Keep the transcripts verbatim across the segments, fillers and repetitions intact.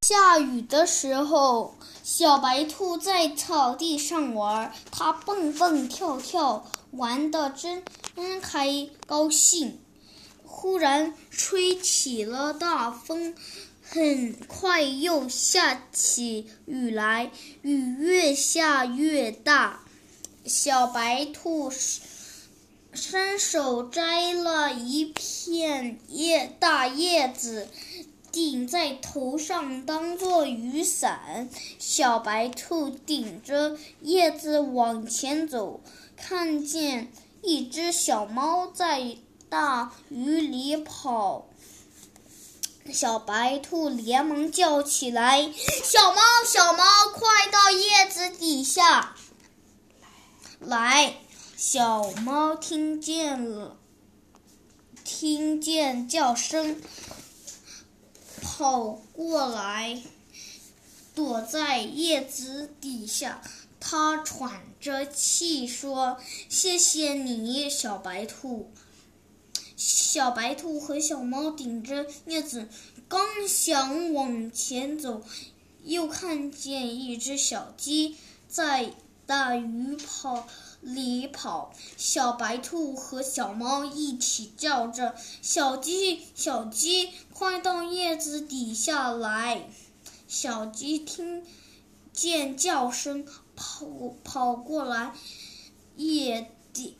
下雨的时候，小白兔在草地上玩，它蹦蹦跳跳，玩得真开高兴。忽然吹起了大风，很快又下起雨来，雨越下越大。小白兔伸手摘了一片叶大叶子，顶在头上当作雨伞。小白兔顶着叶子往前走，看见一只小猫在大雨里跑。小白兔连忙叫起来：小猫小猫，快到叶子底下来！小猫听见了，听见叫声，跑过来，躲在叶子底下。它喘着气说：谢谢你，小白兔。小白兔和小猫顶着叶子，刚想往前走，又看见一只小鸡在大雨跑里跑。小白兔和小猫一起叫着：小鸡小鸡，快到叶子底下来！小鸡听见叫声，跑跑过来，也底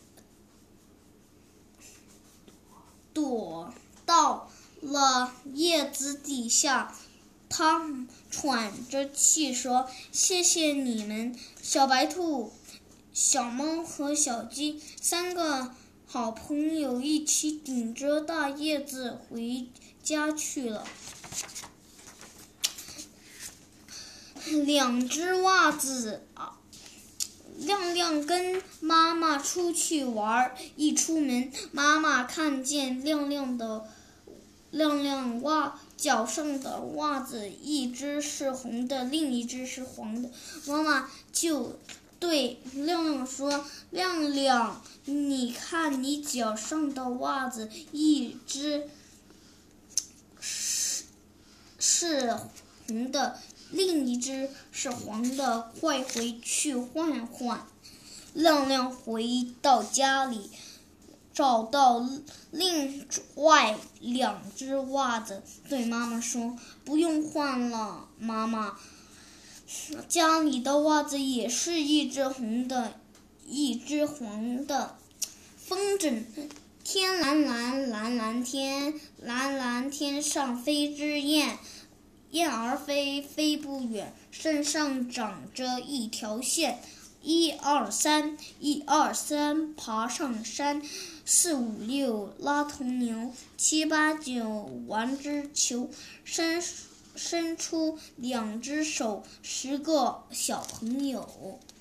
躲到了叶子底下。它喘着气说：谢谢你们，小白兔、小猫和小鸡三个好朋友一起顶着大叶子回家去了。两只袜子啊，亮亮跟妈妈出去玩，一出门，妈妈看见亮亮的亮亮袜脚上的袜子，一只是红的，另一只是黄的。妈妈就对亮亮说：亮亮，你看你脚上的袜子，一只是是红的，另一只是黄的，快回去换换。亮亮回到家里，找到另外两只袜子，对妈妈说：不用换了，妈妈，家里的袜子也是一只红的，一只黄的。风筝，天蓝蓝蓝蓝天，蓝蓝天上飞只雁，雁儿飞飞不远，身上长着一条线。一二三，一二三，爬上山；四五六，拉头牛；七八九，玩只球。伸伸出两只手，十个小朋友。